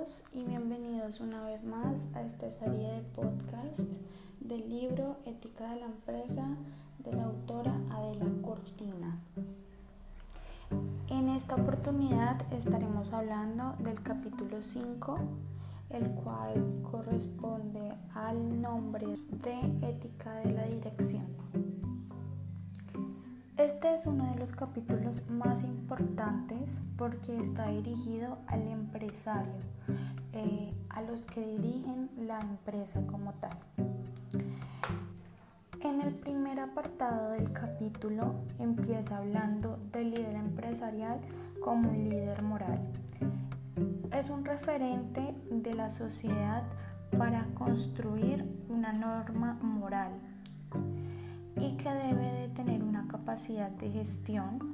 todos y bienvenidos una vez más a esta serie de podcast del libro Ética de la Empresa de la autora Adela Cortina. En esta oportunidad estaremos hablando del capítulo 5, el cual corresponde al nombre de Ética de la Dirección. Este es uno de los capítulos más importantes porque está dirigido al empresario, a los que dirigen la empresa como tal. En el primer apartado del capítulo empieza hablando del líder empresarial como un líder moral. Es un referente de la sociedad para construir una norma moral y que debe de tener una capacidad de gestión,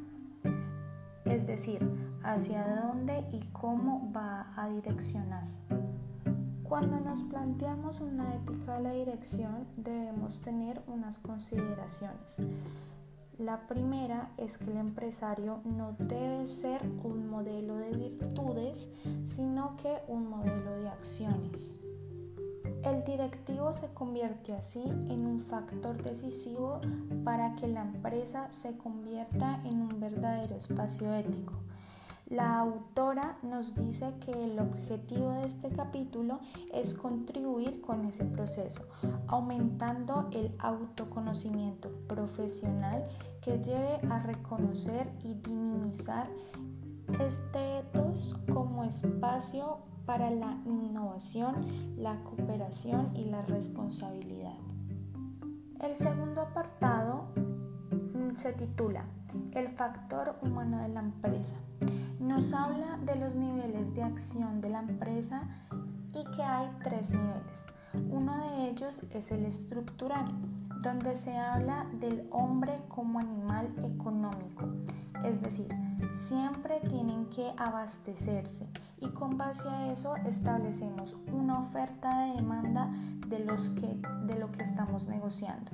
es decir, hacia dónde y cómo va a direccionar. Cuando nos planteamos una ética de la dirección, debemos tener unas consideraciones. La primera es que el empresario no debe ser un modelo de virtudes, sino que un modelo de acciones. El directivo se convierte así en un factor decisivo para que la empresa se convierta en un verdadero espacio ético. La autora nos dice que el objetivo de este capítulo es contribuir con ese proceso, aumentando el autoconocimiento profesional que lleve a reconocer y dinamizar este ethos como espacio para la innovación, la cooperación y la responsabilidad. El segundo apartado se titula El factor humano de la empresa. Nos habla de los niveles de acción de la empresa y que hay 3 niveles. Uno de ellos es el estructural, donde se habla del hombre como animal económico, es decir, siempre tienen que abastecerse y con base a eso establecemos una oferta de demanda de lo que estamos negociando.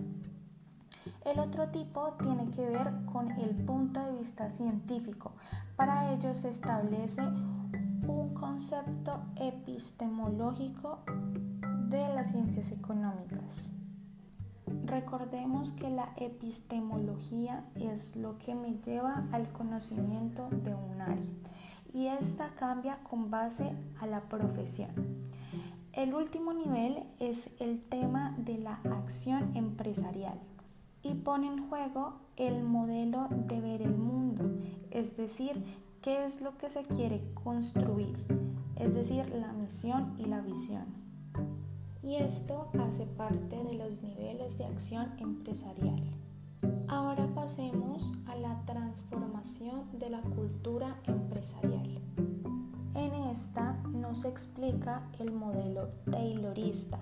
El otro tipo tiene que ver con el punto de vista científico. Para ello se establece un concepto epistemológico de las ciencias económicas. Recordemos que la epistemología es lo que me lleva al conocimiento de un área y esta cambia con base a la profesión. El último nivel es el tema de la acción empresarial y pone en juego el modelo de ver el mundo, es decir, qué es lo que se quiere construir, es decir, la misión y la visión. Y esto hace parte de los niveles de acción empresarial. Ahora pasemos a la transformación de la cultura empresarial. En esta nos explica el modelo taylorista,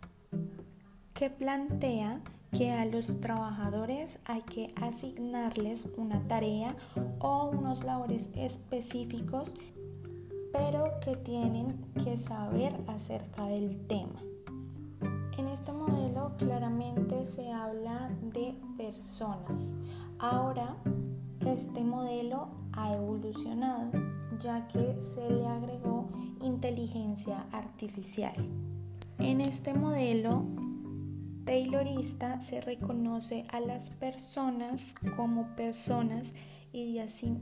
que plantea que a los trabajadores hay que asignarles una tarea o unos labores específicos, pero que tienen que saber acerca del tema. En este modelo claramente se habla de personas. Ahora este modelo ha evolucionado ya que se le agregó inteligencia artificial. En este modelo taylorista se reconoce a las personas como personas y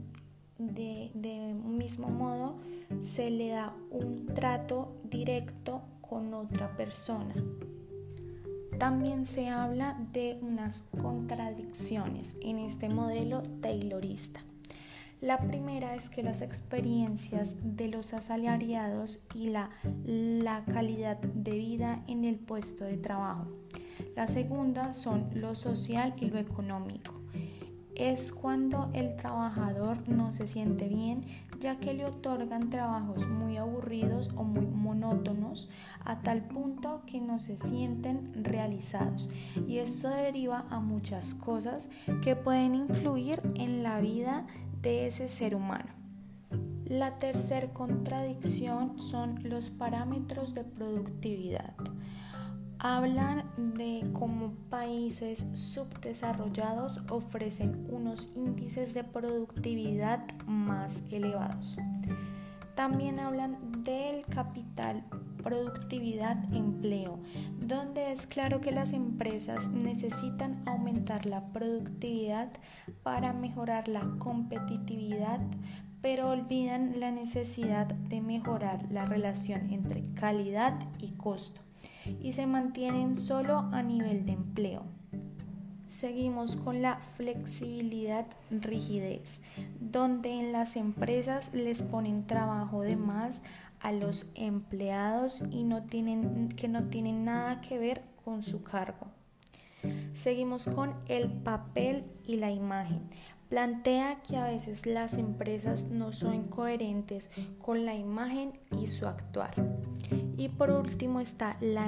de mismo modo se le da un trato directo con otra persona. También se habla de unas contradicciones en este modelo taylorista. La primera es que las experiencias de los asalariados y la calidad de vida en el puesto de trabajo. La segunda son lo social y lo económico. Es cuando el trabajador no se siente bien, ya que le otorgan trabajos muy aburridos o muy monótonos a tal punto que no se sienten realizados. Y esto deriva a muchas cosas que pueden influir en la vida de ese ser humano. La tercera contradicción son los parámetros de productividad. Hablan de cómo países subdesarrollados ofrecen unos índices de productividad más elevados. También hablan del capital, productividad, empleo, donde es claro que las empresas necesitan aumentar la productividad para mejorar la competitividad, pero olvidan la necesidad de mejorar la relación entre calidad y costo y se mantienen solo a nivel de empleo. Seguimos con la flexibilidad, rigidez, donde en las empresas les ponen trabajo de más a los empleados y que no tienen nada que ver con su cargo. Seguimos con el papel y la imagen. Plantea que a veces las empresas no son coherentes con la imagen y su actuar. Y por último está la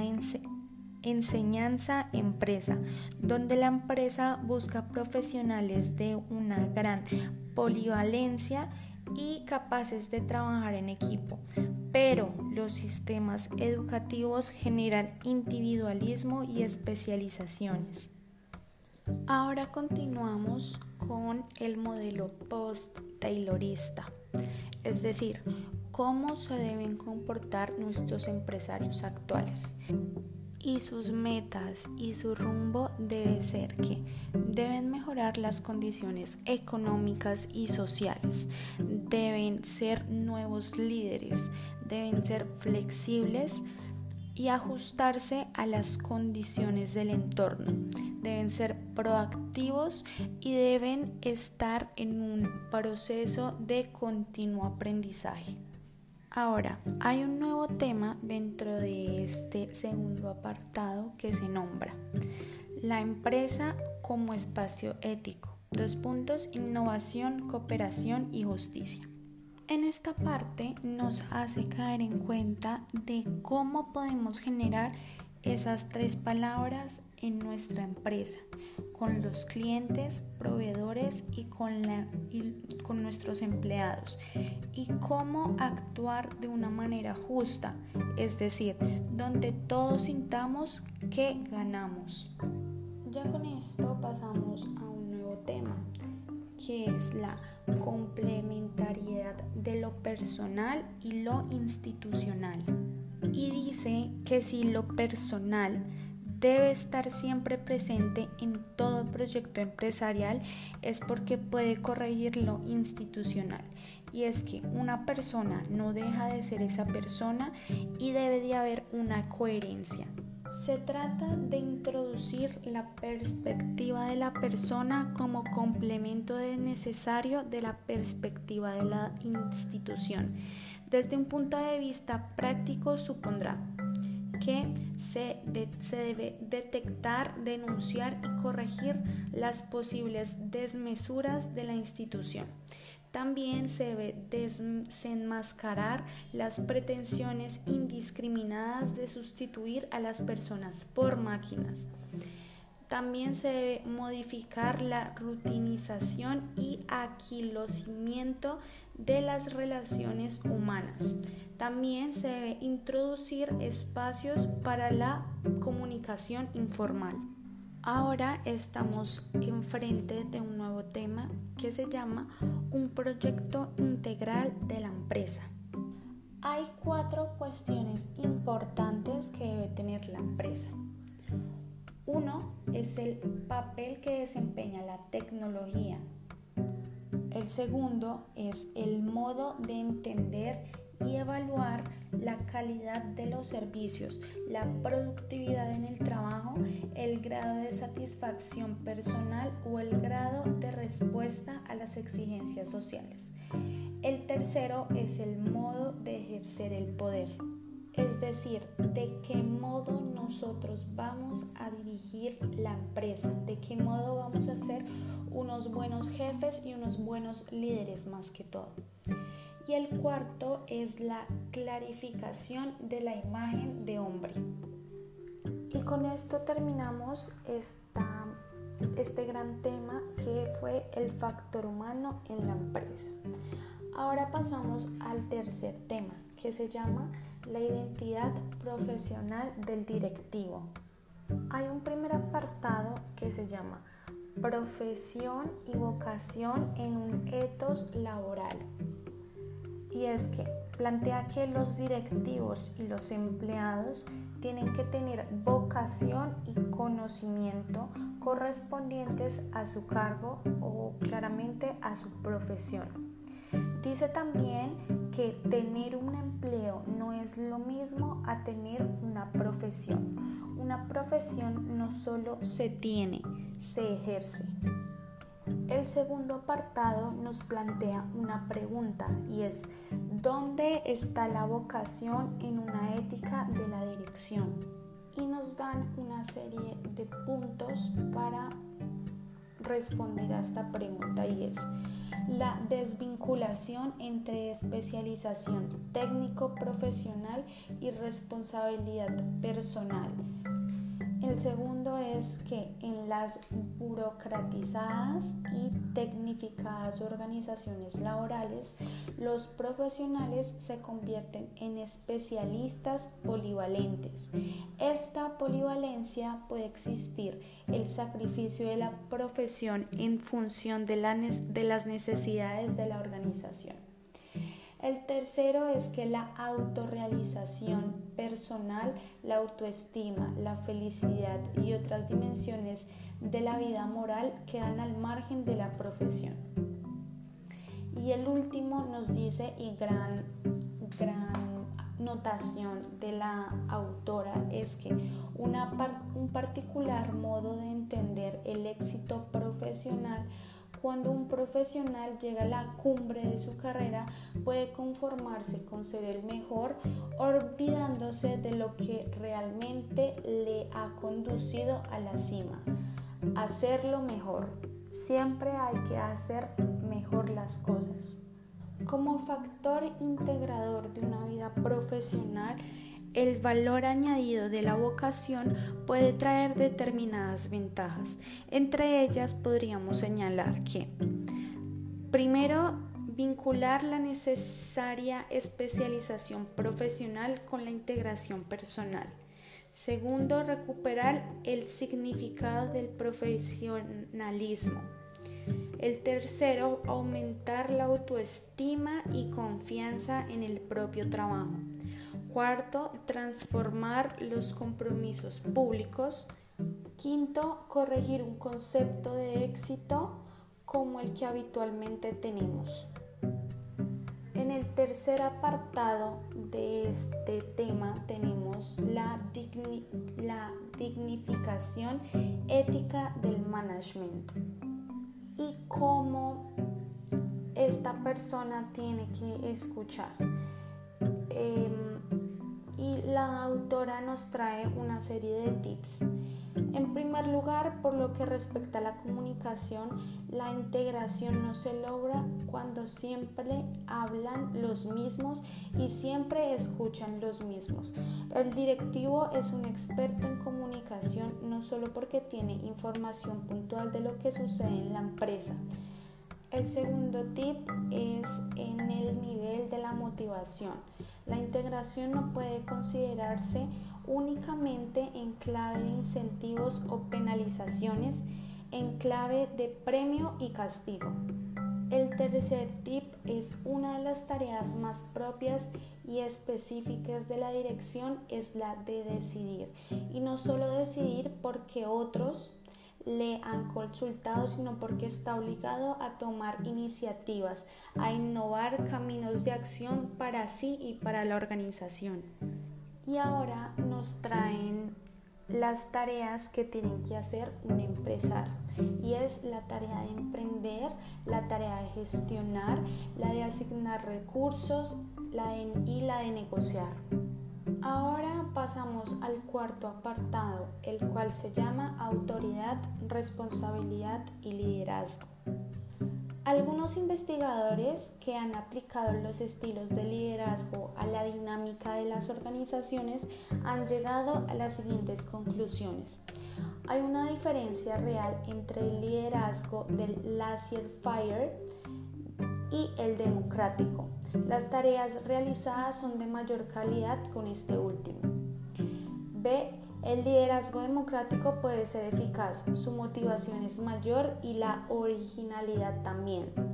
enseñanza empresa, donde la empresa busca profesionales de una gran polivalencia y capaces de trabajar en equipo, pero los sistemas educativos generan individualismo y especializaciones. Ahora continuamos con el modelo post-taylorista, es decir, cómo se deben comportar nuestros empresarios actuales. Y sus metas y su rumbo debe ser que deben mejorar las condiciones económicas y sociales, deben ser nuevos líderes, deben ser flexibles y ajustarse a las condiciones del entorno, deben ser proactivos y deben estar en un proceso de continuo aprendizaje. Ahora, hay un nuevo tema dentro de este segundo apartado que se nombra la empresa como espacio ético. Innovación, cooperación y justicia. En esta parte nos hace caer en cuenta de cómo podemos generar esas tres palabras en nuestra empresa, con los clientes, proveedores y con nuestros empleados, y cómo actuar de una manera justa, es decir, donde todos sintamos que ganamos. Ya con esto pasamos a un nuevo tema, que es la complementariedad de lo personal y lo institucional. Y dice que si lo personal debe estar siempre presente en todo proyecto empresarial es porque puede corregir lo institucional. Y es que una persona no deja de ser esa persona y debe de haber una coherencia. Se trata de introducir la perspectiva de la persona como complemento necesario de la perspectiva de la institución. Desde un punto de vista práctico supondrá que se debe detectar, denunciar y corregir las posibles desmesuras de la institución. También se debe desenmascarar las pretensiones indiscriminadas de sustituir a las personas por máquinas. También se debe modificar la rutinización y aquilosamiento de las relaciones humanas. También se debe introducir espacios para la comunicación informal. Ahora estamos enfrente de un nuevo tema que se llama un proyecto integral de la empresa. Hay 4 cuestiones importantes que debe tener la empresa. Uno es el papel que desempeña la tecnología. El segundo es el modo de entender y evaluar la calidad de los servicios, la productividad en el trabajo, el grado de satisfacción personal o el grado de respuesta a las exigencias sociales. El tercero es el modo de ejercer el poder, es decir, de qué modo nosotros vamos a dirigir la empresa, de qué modo vamos a ser unos buenos jefes y unos buenos líderes más que todo. Y el cuarto es la clarificación de la imagen de hombre. Y con esto terminamos este gran tema que fue el factor humano en la empresa. Ahora pasamos al tercer tema, que se llama la identidad profesional del directivo. Hay un primer apartado que se llama profesión y vocación en un etos laboral. y es que plantea que los directivos y los empleados tienen que tener vocación y conocimiento correspondientes a su cargo o claramente a su profesión. Dice también que tener un empleo no es lo mismo a tener una profesión. Una profesión no solo se tiene, se ejerce. El segundo apartado nos plantea una pregunta y es: ¿dónde está la vocación en una ética de la dirección? Y nos dan una serie de puntos para responder a esta pregunta y es: la desvinculación entre especialización técnico-profesional y responsabilidad personal. El segundo es que en las burocratizadas y tecnificadas organizaciones laborales, los profesionales se convierten en especialistas polivalentes. Esta polivalencia puede existir el sacrificio de la profesión en función de las necesidades de la organización. El tercero es que la autorrealización personal, la autoestima, la felicidad y otras dimensiones de la vida moral quedan al margen de la profesión. Y el último nos dice, y gran notación de la autora, es que un particular modo de entender el éxito profesional: cuando un profesional llega a la cumbre de su carrera, puede conformarse con ser el mejor, olvidándose de lo que realmente le ha conducido a la cima. Hacerlo mejor. Siempre hay que hacer mejor las cosas. Como factor integrador de una vida profesional, el valor añadido de la vocación puede traer determinadas ventajas. Entre ellas podríamos señalar que, primero, vincular la necesaria especialización profesional con la integración personal. Segundo, recuperar el significado del profesionalismo. El tercero, aumentar la autoestima y confianza en el propio trabajo. Cuarto, transformar los compromisos públicos. Quinto, corregir un concepto de éxito como el que habitualmente tenemos. En el tercer apartado de este tema tenemos la dignificación ética del management y cómo esta persona tiene que escuchar. Y la autora nos trae una serie de tips. En primer lugar, por lo que respecta a la comunicación, la integración no se logra cuando siempre hablan los mismos y siempre escuchan los mismos. El directivo es un experto en comunicación no solo porque tiene información puntual de lo que sucede en la empresa. El segundo tip es en el nivel de la motivación. La integración no puede considerarse únicamente en clave de incentivos o penalizaciones, en clave de premio y castigo. El tercer tip es: una de las tareas más propias y específicas de la dirección es la de decidir, y no solo decidir porque otros le han consultado, sino porque está obligado a tomar iniciativas, a innovar caminos de acción para sí y para la organización. Y ahora nos traen las tareas que tienen que hacer un empresario, y es la tarea de emprender, la tarea de gestionar, la de asignar recursos y la de negociar. Ahora pasamos al cuarto apartado, el cual se llama autoridad, responsabilidad y liderazgo. Algunos investigadores que han aplicado los estilos de liderazgo a la dinámica de las organizaciones han llegado a las siguientes conclusiones. Hay una diferencia real entre el liderazgo del laissez-faire y el democrático. Las tareas realizadas son de mayor calidad con este último. B. El liderazgo democrático puede ser eficaz, su motivación es mayor y la originalidad también.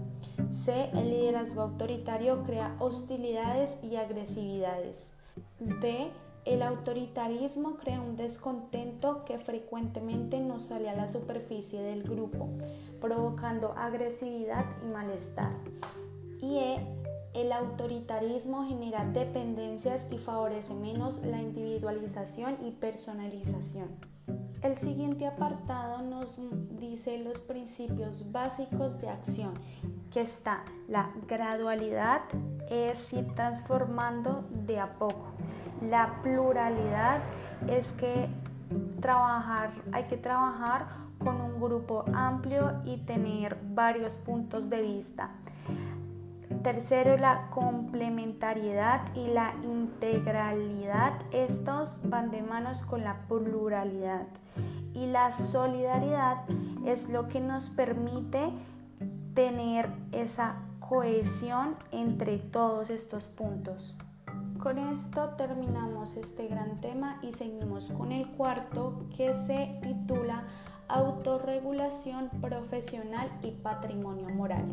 C. El liderazgo autoritario crea hostilidades y agresividades. D. El autoritarismo crea un descontento que frecuentemente no sale a la superficie del grupo, provocando agresividad y malestar. Y E. El autoritarismo genera dependencias y favorece menos la individualización y personalización. El siguiente apartado nos dice los principios básicos de acción, que está la gradualidad, es ir transformando de a poco. La pluralidad es que hay que trabajar con un grupo amplio y tener varios puntos de vista. Tercero, la complementariedad y la integralidad. Estos van de manos con la pluralidad. Y la solidaridad es lo que nos permite tener esa cohesión entre todos estos puntos. Con esto terminamos este gran tema y seguimos con el cuarto, que se titula Autorregulación profesional y patrimonio moral.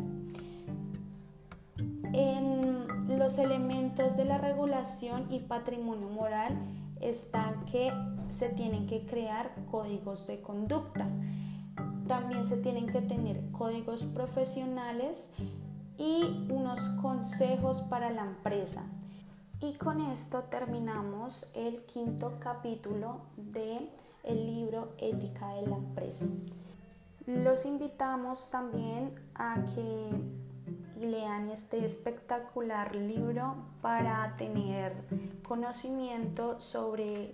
En los elementos de la regulación y patrimonio moral están que se tienen que crear códigos de conducta. También se tienen que tener códigos profesionales y unos consejos para la empresa. Y con esto terminamos el quinto capítulo del libro Ética de la Empresa. Los invitamos también a que lean este espectacular libro para tener conocimiento sobre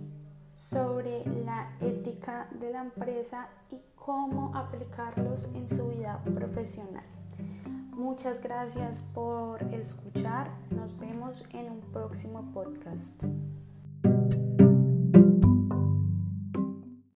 la ética de la empresa y cómo aplicarlos en su vida profesional. Muchas gracias por escuchar. Nos vemos en un próximo podcast.